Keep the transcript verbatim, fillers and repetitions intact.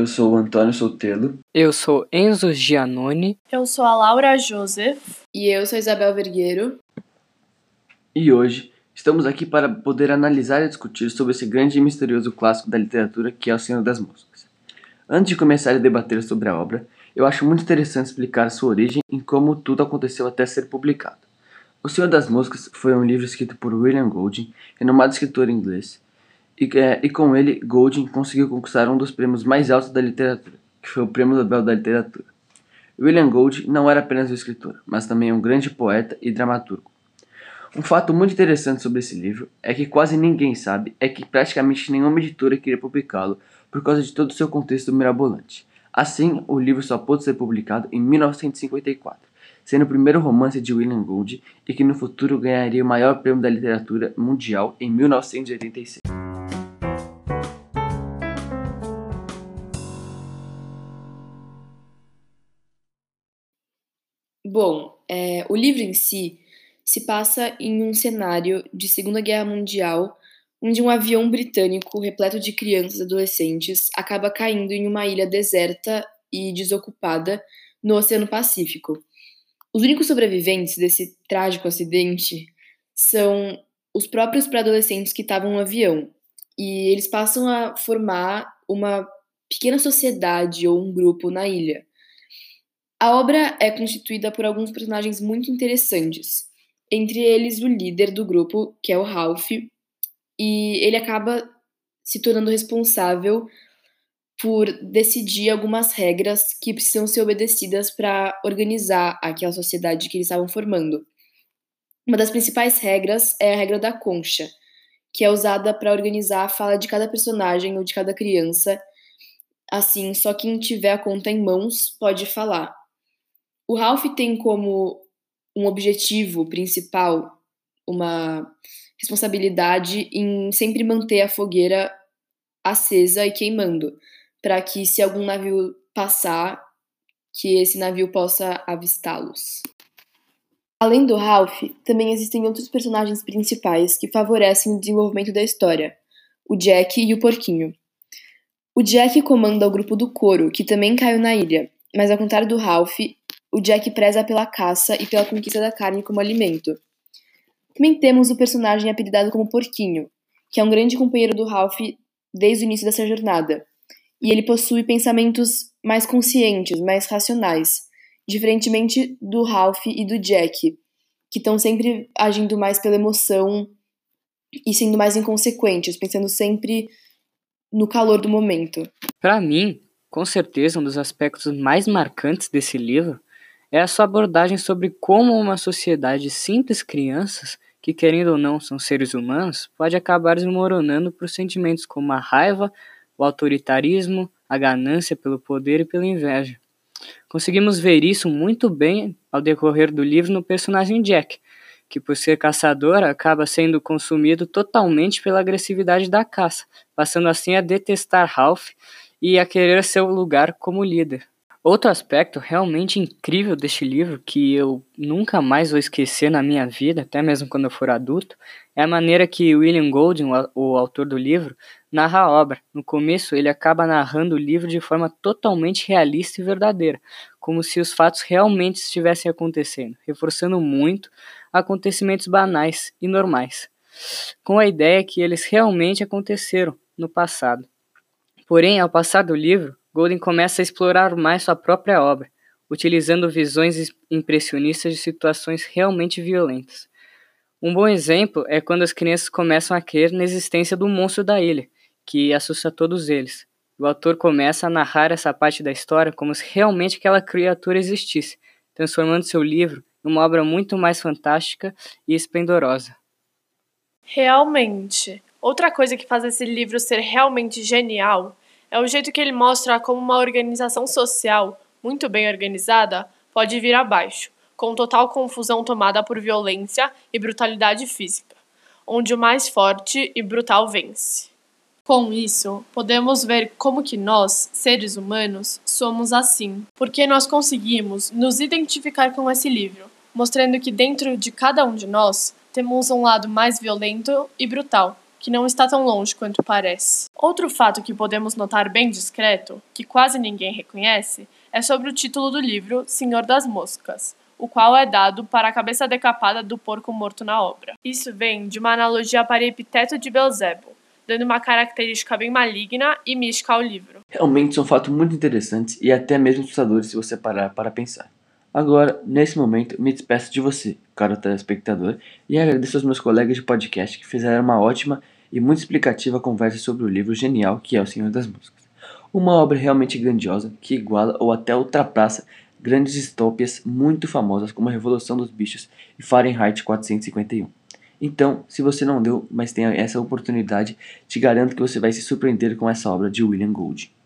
sou o Antônio Soutelo. Eu sou Enzo Giannone. Eu sou a Laura Joseph. E eu sou Isabel Vergueiro. E hoje estamos aqui para poder analisar e discutir sobre esse grande e misterioso clássico da literatura que é O Senhor das Moscas. Antes de começar a debater sobre a obra, eu acho muito interessante explicar sua origem e como tudo aconteceu até ser publicado. O Senhor das Moscas foi um livro escrito por William Golding, renomado escritor inglês, e, é, e com ele, Golding conseguiu conquistar um dos prêmios mais altos da literatura, que foi o Prêmio Nobel da Literatura. William Golding não era apenas um escritor, mas também um grande poeta e dramaturgo. Um fato muito interessante sobre esse livro é que quase ninguém sabe é que praticamente nenhuma editora queria publicá-lo por causa de todo o seu contexto mirabolante. Assim, o livro só pôde ser publicado em mil novecentos e cinquenta e quatro, sendo o primeiro romance de William Golding e que no futuro ganharia o maior prêmio da literatura mundial em mil novecentos e oitenta e seis. Bom, é, o livro em si se passa em um cenário de Segunda Guerra Mundial, onde um avião britânico repleto de crianças e adolescentes acaba caindo em uma ilha deserta e desocupada no Oceano Pacífico. Os únicos sobreviventes desse trágico acidente são os próprios pré-adolescentes que estavam no avião, e eles passam a formar uma pequena sociedade ou um grupo na ilha. A obra é constituída por alguns personagens muito interessantes, entre eles o líder do grupo, que é o Ralph, e ele acaba se tornando responsável por decidir algumas regras que precisam ser obedecidas para organizar aquela sociedade que eles estavam formando. Uma das principais regras é a regra da concha, que é usada para organizar a fala de cada personagem ou de cada criança. Assim, só quem tiver a conta em mãos pode falar. O Ralph tem como um objetivo principal, uma responsabilidade em sempre manter a fogueira acesa e queimando, para que se algum navio passar, que esse navio possa avistá-los. Além do Ralph, também existem outros personagens principais que favorecem o desenvolvimento da história, o Jack e o Porquinho. O Jack comanda o grupo do couro, que também caiu na ilha, mas ao contrário do Ralph, o Jack preza pela caça e pela conquista da carne como alimento. Também temos o personagem apelidado como Porquinho, que é um grande companheiro do Ralph desde o início dessa jornada. E ele possui pensamentos mais conscientes, mais racionais, diferentemente do Ralph e do Jack, que estão sempre agindo mais pela emoção e sendo mais inconsequentes, pensando sempre no calor do momento. Para mim, com certeza, um dos aspectos mais marcantes desse livro é a sua abordagem sobre como uma sociedade de simples crianças, que querendo ou não são seres humanos, pode acabar desmoronando por sentimentos como a raiva, o autoritarismo, a ganância pelo poder e pela inveja. Conseguimos ver isso muito bem ao decorrer do livro no personagem Jack, que por ser caçador acaba sendo consumido totalmente pela agressividade da caça, passando assim a detestar Ralph e a querer seu lugar como líder. Outro aspecto realmente incrível deste livro, que eu nunca mais vou esquecer na minha vida, até mesmo quando eu for adulto, é a maneira que William Golding, o autor do livro, narra a obra. No começo, ele acaba narrando o livro de forma totalmente realista e verdadeira, como se os fatos realmente estivessem acontecendo, reforçando muito acontecimentos banais e normais, com a ideia que eles realmente aconteceram no passado. Porém, ao passar do livro, Golding começa a explorar mais sua própria obra, utilizando visões impressionistas de situações realmente violentas. Um bom exemplo é quando as crianças começam a crer na existência do monstro da ilha, que assusta todos eles. O autor começa a narrar essa parte da história como se realmente aquela criatura existisse, transformando seu livro em uma obra muito mais fantástica e esplendorosa. Realmente. Outra coisa que faz esse livro ser realmente genial é o jeito que ele mostra como uma organização social, muito bem organizada, pode vir abaixo, com total confusão tomada por violência e brutalidade física, onde o mais forte e brutal vence. Com isso, podemos ver como que nós, seres humanos, somos assim, porque nós conseguimos nos identificar com esse livro, mostrando que dentro de cada um de nós temos um lado mais violento e brutal, que não está tão longe quanto parece. Outro fato que podemos notar bem discreto, que quase ninguém reconhece, é sobre o título do livro Senhor das Moscas, o qual é dado para a cabeça decapada do porco morto na obra. Isso vem de uma analogia para o epiteto de Beelzebub, dando uma característica bem maligna e mística ao livro. Realmente são fatos muito interessantes e até mesmo assustadores se você parar para pensar. Agora, nesse momento, me despeço de você, caro telespectador, e agradeço aos meus colegas de podcast que fizeram uma ótima e muito explicativa conversa sobre o livro genial que é O Senhor das Moscas. Uma obra realmente grandiosa que iguala ou até ultrapassa grandes distópias muito famosas como A Revolução dos Bichos e Fahrenheit quatrocentos e cinquenta e um. Então, se você não deu, mas tem essa oportunidade, te garanto que você vai se surpreender com essa obra de William Golding.